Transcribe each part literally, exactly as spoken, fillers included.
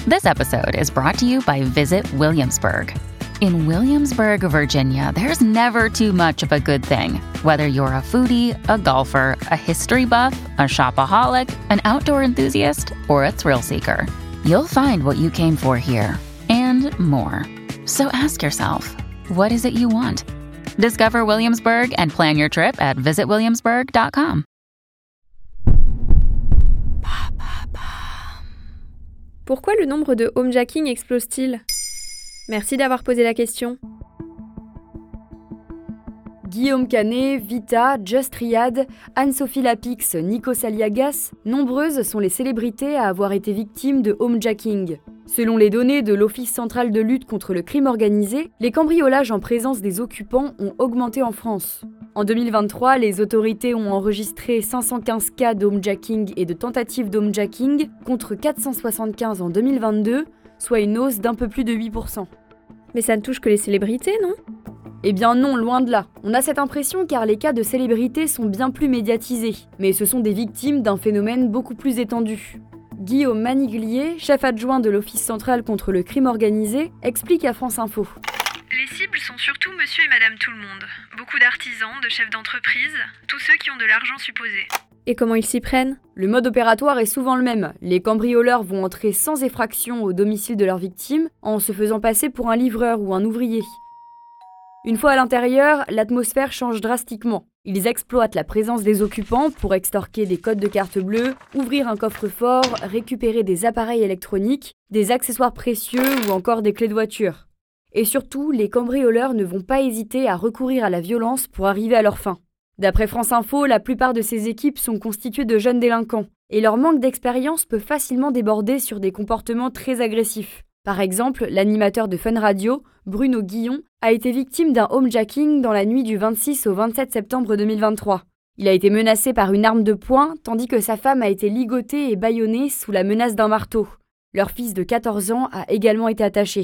This episode is brought to you by Visit Williamsburg. In Williamsburg, Virginia, there's never too much of a good thing. Whether you're a foodie, a golfer, a history buff, a shopaholic, an outdoor enthusiast, or a thrill seeker, you'll find what you came for here and more. So ask yourself, what is it you want? Discover Williamsburg and plan your trip at visit williamsburg dot com. Pourquoi le nombre de homejacking explose-t-il ? Merci d'avoir posé la question. Guillaume Canet, Vita, Just Riyad, Anne-Sophie Lapix, Nikos Aliagas, nombreuses sont les célébrités à avoir été victimes de homejacking. Selon les données de l'Office central de lutte contre le crime organisé, les cambriolages en présence des occupants ont augmenté en France. En deux mille vingt-trois, les autorités ont enregistré cinq cent quinze cas d'homejacking et de tentatives d'homejacking contre quatre cent soixante-quinze en deux mille vingt-deux, soit une hausse d'un peu plus de huit pour cent. Mais ça ne touche que les célébrités, non ? Eh bien non, loin de là. On a cette impression car les cas de célébrités sont bien plus médiatisés, mais ce sont des victimes d'un phénomène beaucoup plus étendu. Guillaume Maniglier, chef adjoint de l'Office central contre le crime organisé, explique à France Info. Les cibles sont surtout monsieur et madame tout le monde. Beaucoup d'artisans, de chefs d'entreprise, tous ceux qui ont de l'argent supposé. Et comment ils s'y prennent ? Le mode opératoire est souvent le même. Les cambrioleurs vont entrer sans effraction au domicile de leur victime en se faisant passer pour un livreur ou un ouvrier. Une fois à l'intérieur, l'atmosphère change drastiquement. Ils exploitent la présence des occupants pour extorquer des codes de carte bleue, ouvrir un coffre-fort, récupérer des appareils électroniques, des accessoires précieux ou encore des clés de voiture. Et surtout, les cambrioleurs ne vont pas hésiter à recourir à la violence pour arriver à leur fin. D'après France Info, la plupart de ces équipes sont constituées de jeunes délinquants, et leur manque d'expérience peut facilement déborder sur des comportements très agressifs. Par exemple, l'animateur de Fun Radio, Bruno Guillon, a été victime d'un homejacking dans la nuit du vingt-six au vingt-sept septembre deux mille vingt-trois. Il a été menacé par une arme de poing, tandis que sa femme a été ligotée et bâillonnée sous la menace d'un marteau. Leur fils de quatorze ans a également été attaché.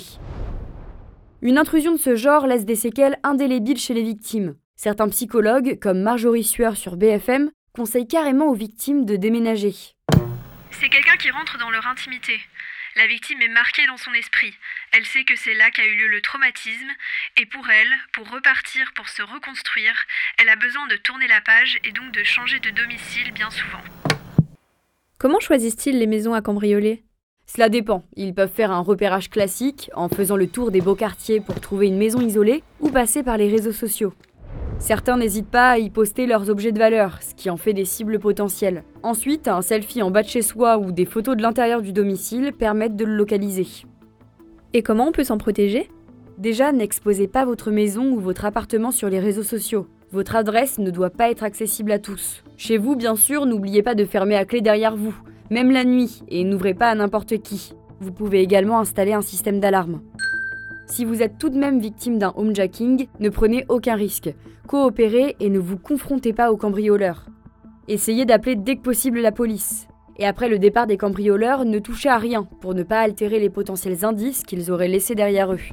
Une intrusion de ce genre laisse des séquelles indélébiles chez les victimes. Certains psychologues, comme Marjorie Sueur sur B F M, conseillent carrément aux victimes de déménager. C'est quelqu'un qui rentre dans leur intimité. La victime est marquée dans son esprit. Elle sait que c'est là qu'a eu lieu le traumatisme. Et pour elle, pour repartir, pour se reconstruire, elle a besoin de tourner la page et donc de changer de domicile bien souvent. Comment choisissent-ils les maisons à cambrioler ? Cela dépend. Ils peuvent faire un repérage classique, en faisant le tour des beaux quartiers pour trouver une maison isolée, ou passer par les réseaux sociaux. Certains n'hésitent pas à y poster leurs objets de valeur, ce qui en fait des cibles potentielles. Ensuite, un selfie en bas de chez soi ou des photos de l'intérieur du domicile permettent de le localiser. Et comment on peut s'en protéger ? Déjà, n'exposez pas votre maison ou votre appartement sur les réseaux sociaux. Votre adresse ne doit pas être accessible à tous. Chez vous, bien sûr, n'oubliez pas de fermer à clé derrière vous, même la nuit, et n'ouvrez pas à n'importe qui. Vous pouvez également installer un système d'alarme. Si vous êtes tout de même victime d'un homejacking, ne prenez aucun risque. Coopérez et ne vous confrontez pas aux cambrioleurs. Essayez d'appeler dès que possible la police. Et après le départ des cambrioleurs, ne touchez à rien pour ne pas altérer les potentiels indices qu'ils auraient laissés derrière eux.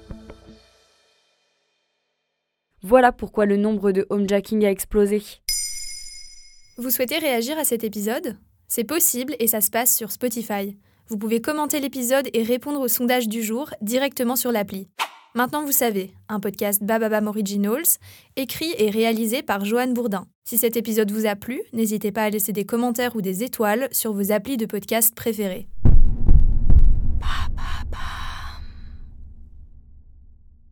Voilà pourquoi le nombre de homejacking a explosé. Vous souhaitez réagir à cet épisode ? C'est possible et ça se passe sur Spotify. Vous pouvez commenter l'épisode et répondre au sondage du jour directement sur l'appli. Maintenant vous savez, un podcast Bababam Originals, écrit et réalisé par Joanne Bourdin. Si cet épisode vous a plu, n'hésitez pas à laisser des commentaires ou des étoiles sur vos applis de podcast préférés.